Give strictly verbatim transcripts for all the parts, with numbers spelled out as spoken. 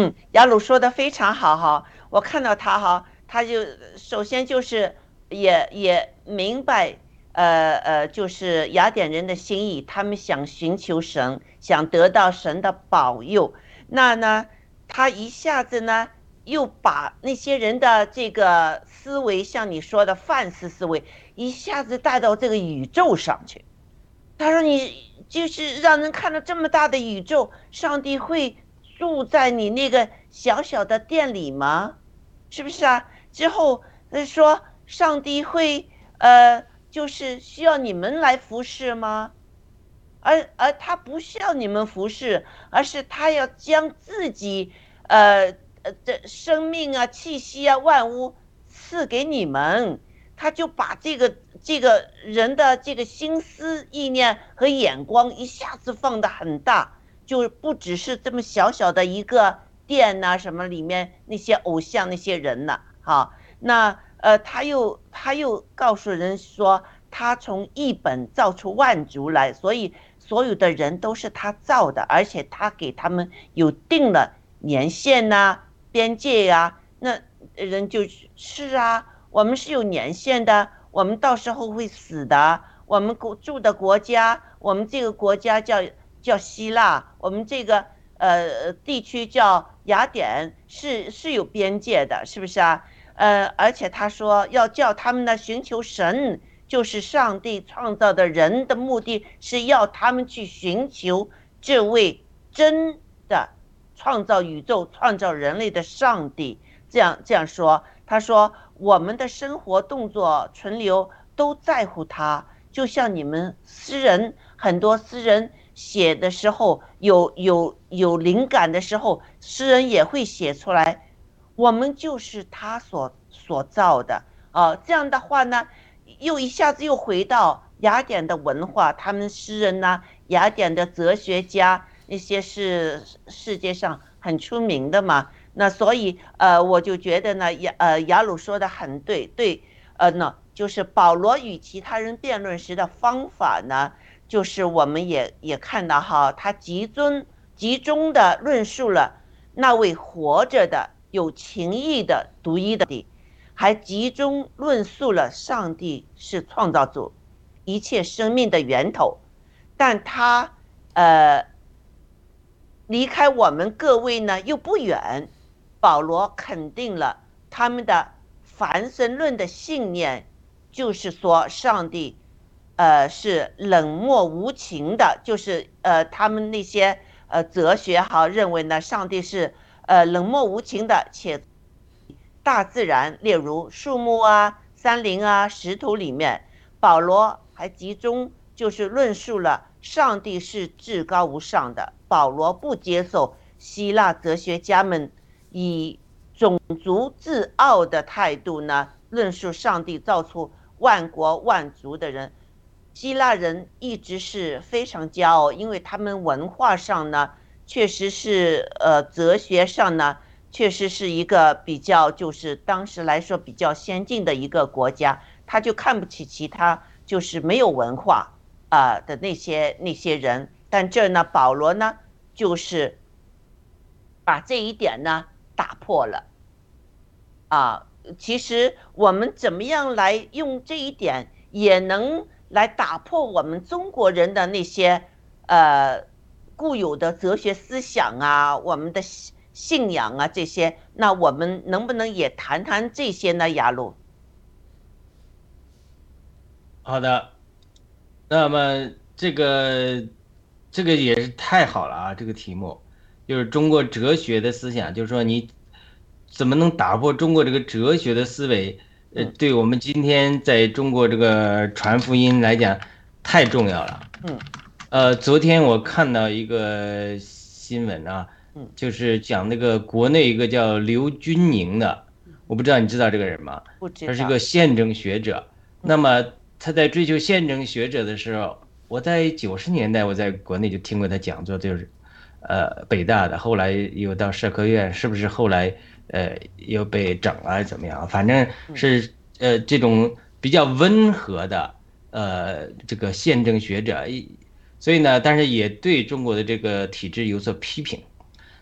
嗯，雅鲁说的非常好哈，我看到他哈，他就首先就是也也明白，呃呃，就是雅典人的心意，他们想寻求神，想得到神的保佑。那呢，他一下子呢又把那些人的这个思维，像你说的范式思维，一下子带到这个宇宙上去。他说你就是让人看到这么大的宇宙，上帝会住在你那个小小的店里吗？是不是啊？之后他说上帝会呃，就是需要你们来服侍吗？而而他不需要你们服侍，而是他要将自己呃呃的生命啊、气息啊、万物赐给你们。他就把这个这个人的这个心思意念和眼光一下子放得很大，就不只是这么小小的一个店呐、什么里面那些偶像那些人呐、好，那呃他又他又告诉人说，他从一本造出万族来，所以所有的人都是他造的，而且他给他们有定了年限呐、边界呀、那人就是啊。我们是有年限的，我们到时候会死的。我们国住的国家，我们这个国家叫叫希腊，我们这个呃地区叫雅典，是是有边界的，是不是啊？呃，而且他说要叫他们呢寻求神，就是上帝创造的人的目的是要他们去寻求这位真的创造宇宙、创造人类的上帝。这样这样说。他说：“我们的生活、动作、存留都在乎他，就像你们诗人，很多诗人写的时候有有有灵感的时候，诗人也会写出来。我们就是他所所造的啊。这样的话呢，又一下子又回到雅典的文化，他们诗人呢，雅典的哲学家那些是世界上很出名的嘛。”那所以呃，我就觉得呢，雅呃雅鲁说的很对，对，呃呢，就是保罗与其他人辩论时的方法呢，就是我们也也看到哈，他集中集中的论述了那位活着的有情义的独一的地，还集中论述了上帝是创造主，一切生命的源头，但他呃离开我们各位呢又不远。保罗肯定了他们的凡神论的信念，就是说上帝，呃，是冷漠无情的，就是呃，他们那些呃哲学哈认为呢，上帝是呃冷漠无情的，且大自然，例如树木啊、山林啊、石头里面，保罗还集中就是论述了上帝是至高无上的。保罗不接受希腊哲学家们以种族自傲的态度呢，论述上帝造出万国万族的人。希腊人一直是非常骄傲，因为他们文化上呢，确实是呃哲学上呢，确实是一个比较就是当时来说比较先进的一个国家，他就看不起其他就是没有文化啊、呃的那些那些人。但这呢，保罗呢，就是把这一点呢打破了。啊，其实我们怎么样来用这一点，也能来打破我们中国人的那些呃固有的哲学思想啊，我们的信信仰啊这些，那我们能不能也谈谈这些呢？雅鲁？ 好的，那么这个这个也是太好了啊！这个题目就是中国哲学的思想，就是说你怎么能打破中国这个哲学的思维？呃， 嗯对我们今天在中国这个传福音来讲太重要了。 嗯呃，昨天我看到一个新闻啊， 嗯， 就是讲那个国内一个叫刘军宁的，我不知道你知道这个人吗？ 不知他是个道。 宪政学者。那嗯么他在追求宪政学者的时候，我在九十年代我在国内就听过他讲座，就是呃北大的，后来又到社科院，是不是后来呃又被整了还是怎么样？反正嗯是呃这种比较温和的呃这个宪政学者，一所以呢，但是也对中国的这个体制有所批评。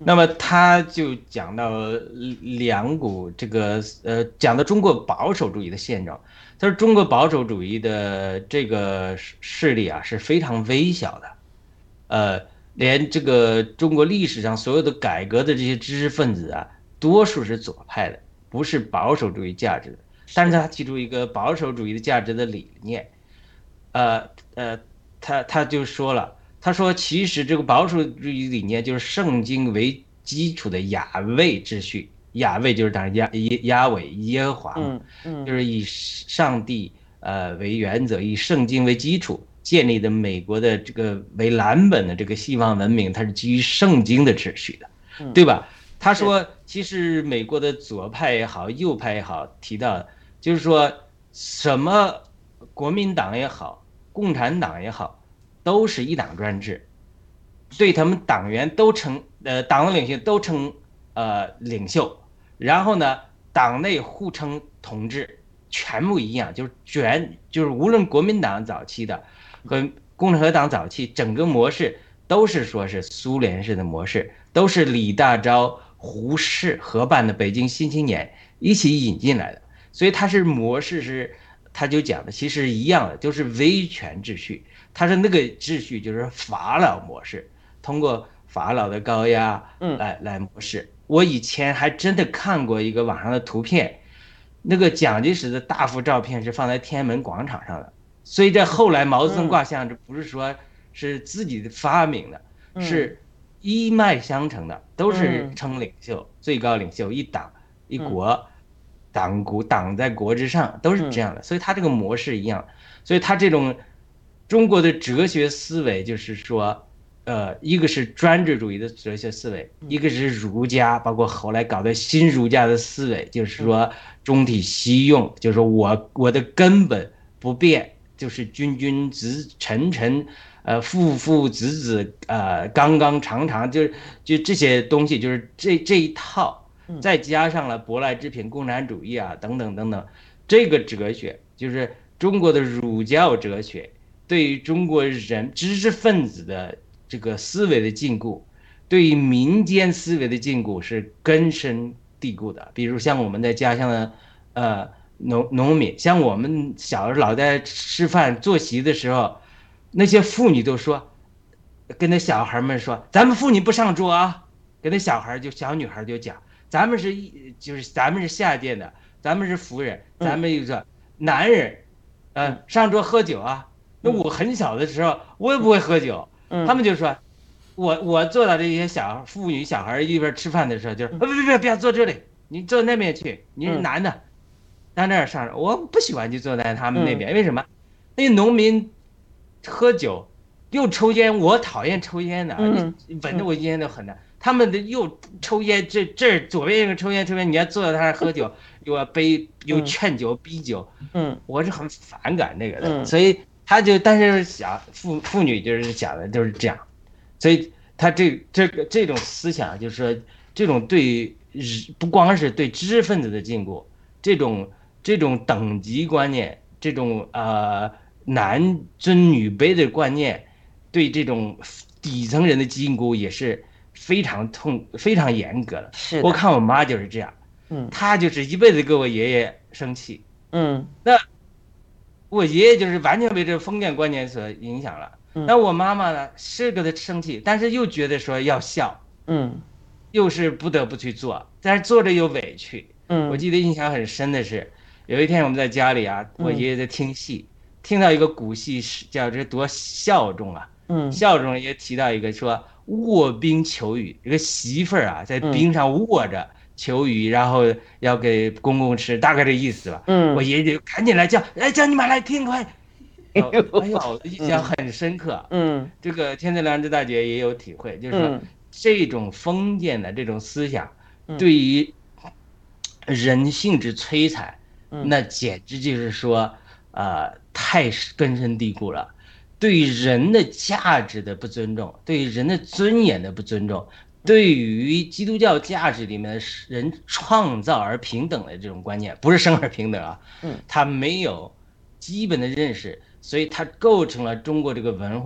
那么他就讲到两股这个呃，讲到中国保守主义的现状。他说中国保守主义的这个势力啊是非常微小的，呃，连这个中国历史上所有的改革的这些知识分子啊，多数是左派的，不是保守主义价值的。但是他提出一个保守主义的价值的理念，呃呃，他他就说了。他说：“其实这个保守主义理念就是圣经为基础的雅位秩序，雅位就是当然亚耶亚伟耶和华嘛，就是以上帝呃为原则，以圣经为基础建立的美国的这个为蓝本的这个西方文明，它是基于圣经的秩序的，对吧？”他说：“其实美国的左派也好，右派也好，提到就是说什么国民党也好，共产党也好。”都是一党专制，对他们党员都称呃党的领袖都称呃领袖，然后呢党内互称同志，全部一样，就是全就是无论国民党早期的和共和党早期整个模式都是说是苏联式的模式，都是李大钊、胡适合办的北京新青年一起引进来的，所以它是模式是他就讲的其实一样的，就是威权秩序。他说那个秩序就是法老模式，通过法老的高压来来模式。我以前还真的看过一个网上的图片，那个蒋介石的大幅照片是放在天安门广场上的。所以这后来毛泽东挂像，这不是说是自己的发明的，是一脉相承的，都是称领袖、最高领袖，一党一国，党国党在国之上，都是这样的。所以他这个模式一样，所以他这种。中国的哲学思维就是说，呃，一个是专制主义的哲学思维，一个是儒家，包括后来搞的新儒家的思维，就是说中体西用，就是说我我的根本不变，就是君君子臣臣，呃，父父子子，呃，刚刚常常，就是就这些东西，就是这这一套，再加上了舶来之品共产主义啊，等等等等，这个哲学就是中国的儒教哲学。对于中国人知识分子的这个思维的禁锢，对于民间思维的禁锢是根深蒂固的。比如像我们在家乡的，呃，农农民，像我们小时候老在吃饭坐席的时候，那些妇女都说，跟那小孩们说，咱们妇女不上桌啊。跟那小孩就小女孩就讲，咱们是就是咱们是下贱的，咱们是夫人，咱们就说男人，呃，上桌喝酒啊。那我很小的时候，我也不会喝酒，他们就说，我我坐到这些小妇女小孩一边吃饭的时候，就是别别别不要坐这里，你坐那边去，你是男的，到那儿上，我不喜欢就坐在他们那边，为什么？那农民喝酒又抽烟，我讨厌抽烟的，你闻着我烟都很难。他们的又抽烟，这这左边一个抽烟抽烟，你要坐在那儿喝酒，又要杯又劝酒逼酒，嗯，我是很反感那个的，所以。他就但是想妇妇女就是想的就是这样，所以他这这个这种思想就是说这种对不光是对知识分子的禁锢，这种这种等级观念，这种呃男尊女卑的观念，对这种底层人的禁锢也是非常痛非常严格的。 是的， 我看我妈就是这样，嗯，她就是一辈子跟我爷爷生气，嗯，那。我爷爷就是完全被这封建观念所影响了，那我妈妈呢是跟他生气，但是又觉得说要孝，嗯，又是不得不去做，但是做着又委屈，嗯，我记得印象很深的是，有一天我们在家里啊，我爷爷在听戏，听到一个古戏是叫这多孝中啊，嗯，孝中也提到一个说卧冰求雨，这个媳妇儿啊在冰上卧着。求雨，然后要给公公吃，大概这意思吧。嗯，我爷爷就赶紧来叫，来叫你们来听快。哎呦，印象很深刻。嗯，这个天赐良知大姐也有体会，就是说这种封建的这种思想，对于人性之摧残，那简直就是说，呃，太根深蒂固了。对于人的价值的不尊重，对于人的尊严的不尊重。对于基督教价值里面的人创造而平等的这种观念，不是生而平等啊，他没有基本的认识，所以它构成了中国这个文化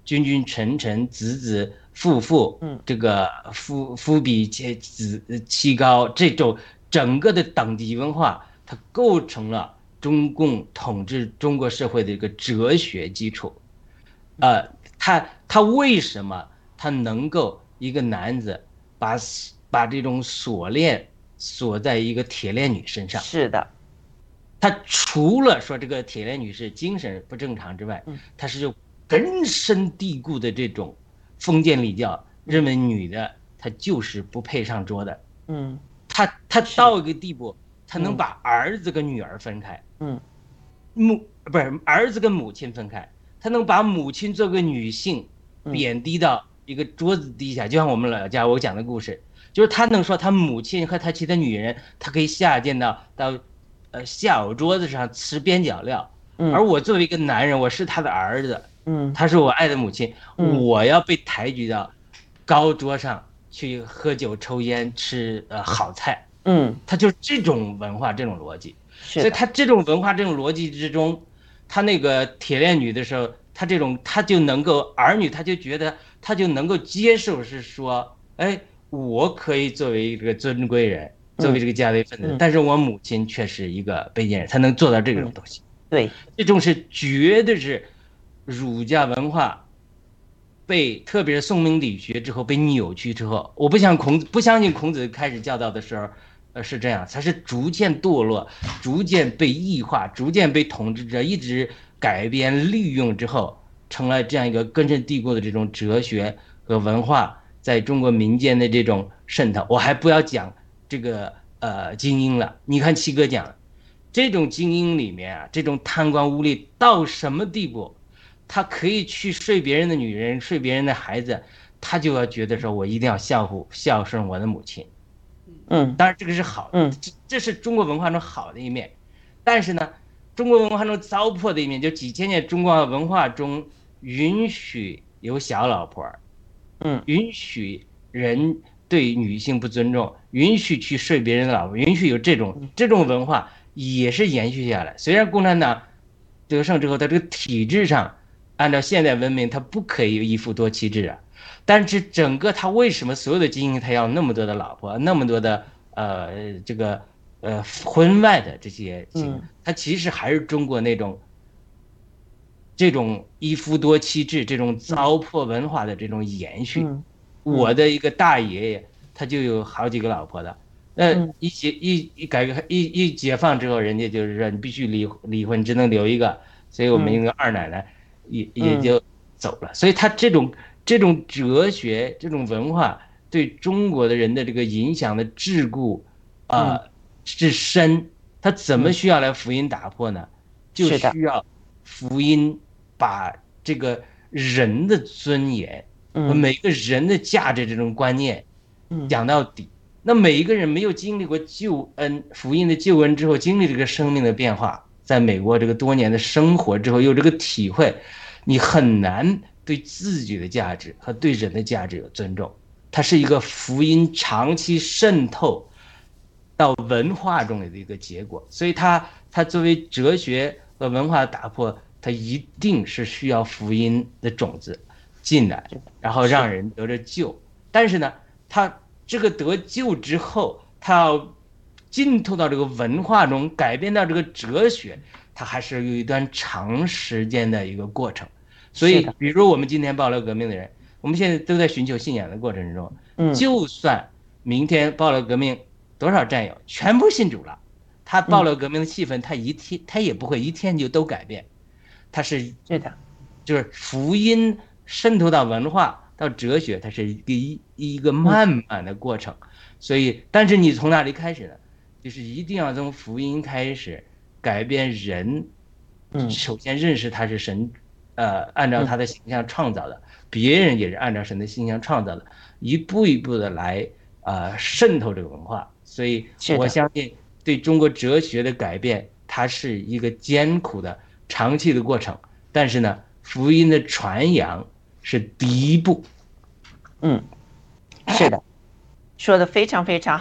君君臣臣，子子父父， 嗯， 这个夫夫比妻子妻高，这种整个的等级文化，它构成了中共统治中国社会的一个哲学基础。呃，他他为什么他能够一个男子把把这种锁链锁在一个铁链女身上？ 是的， 他除了说这个铁链女士精神不正常之外，他是有根深蒂固的这种封建礼教，认为女的她就是不配上桌的。 嗯， 他他到一个地步，他能把儿子跟女儿分开， 嗯， 母不是儿子跟母亲分开。他能把母亲作为女性贬低到一个桌子底下，就像我们老家我讲的故事，就是他能说他母亲和他其他女人，他可以下贱到到呃下午桌子上吃边角料，而我作为一个男人，我是他的儿子， 嗯， 他是我爱的母亲，我要被抬举到高桌上去喝酒抽烟吃呃好菜， 嗯， 他就是这种文化这种逻辑， 所以他这种文化这种逻辑之中。他那个铁链女的时候，他这种他就能够儿女，他就觉得他就能够接受，是说，哎，我可以作为这个尊贵人，作为这个家类分子， 嗯、 但是我母亲却是一个卑贱人，他能做到这种东西。 嗯、对， 这种是绝对是儒家文化被，特别是宋明理学之后被扭曲之后，我不像孔子，不相信孔子开始教导的时候。呃，是这样，它是逐渐堕落，逐渐被异化，逐渐被统治者一直改编利用之后，成了这样一个根深蒂固的这种哲学和文化在中国民间的这种渗透。我还不要讲这个呃精英了，你看七哥讲，这种精英里面啊，这种贪官污吏到什么地步，他可以去睡别人的女人，睡别人的孩子，他就要觉得说我一定要孝护孝顺我的母亲。 嗯， 当然这个是好的， 嗯， 这是中国文化中好的一面，但是呢，中国文化中糟粕的一面，就几千年中国文化中允许有小老婆， 嗯， 允许人对女性不尊重，允许去睡别人的老婆，允许有这种这种文化也是延续下来。虽然共产党得胜之后，它这个体制上按照现代文明，它不可以一夫多妻制啊。但是整个他为什么所有的精英他要那么多的老婆，那么多的呃这个呃婚外的这些精英，他其实还是中国那种这种一夫多妻制这种糟粕文化的这种延续。我的一个大爷爷他就有好几个老婆的，呃一解一一改革一一解放之后，人家就是说你必须离离婚，只能留一个，所以我们一个二奶奶也也就走了。所以他这种。这种哲学、这种文化对中国的人的这个影响的桎梏，啊、呃，之深，他怎么需要来福音打破呢？就需要福音把这个人的尊严和每个人的价值这种观念讲到底。那每一个人没有经历过救恩、福音的救恩之后，经历这个生命的变化，在美国这个多年的生活之后，有这个体会，你很难。对自己的价值和对人的价值有尊重，它是一个福音长期渗透到文化中的一个结果，所以它它作为哲学和文化的打破，它一定是需要福音的种子进来，然后让人得着救。但是呢，它这个得救之后，它要浸透到这个文化中，改变到这个哲学，它还是有一段长时间的一个过程。所以，比如我们今天爆料革命的人，我们现在都在寻求信仰的过程之中。嗯，就算明天爆料革命多少战友全部信主了，他爆料革命的气氛，他一天他也不会一天就都改变，他是对的， 就是福音渗透到文化到哲学，它是一个一一个慢慢的过程。所以，但是你从哪里开始呢？就是一定要从福音开始改变人。嗯，首先认识他是神。呃，按照他的形象创造的，嗯、别人也是按照神的形象创造的，一步一步的来呃渗透这个文化。所以我相信，对中国哲学的改变，它是一个艰苦的、长期的过程。但是呢，福音的传扬是第一步。 嗯，是的，说的非常非常好。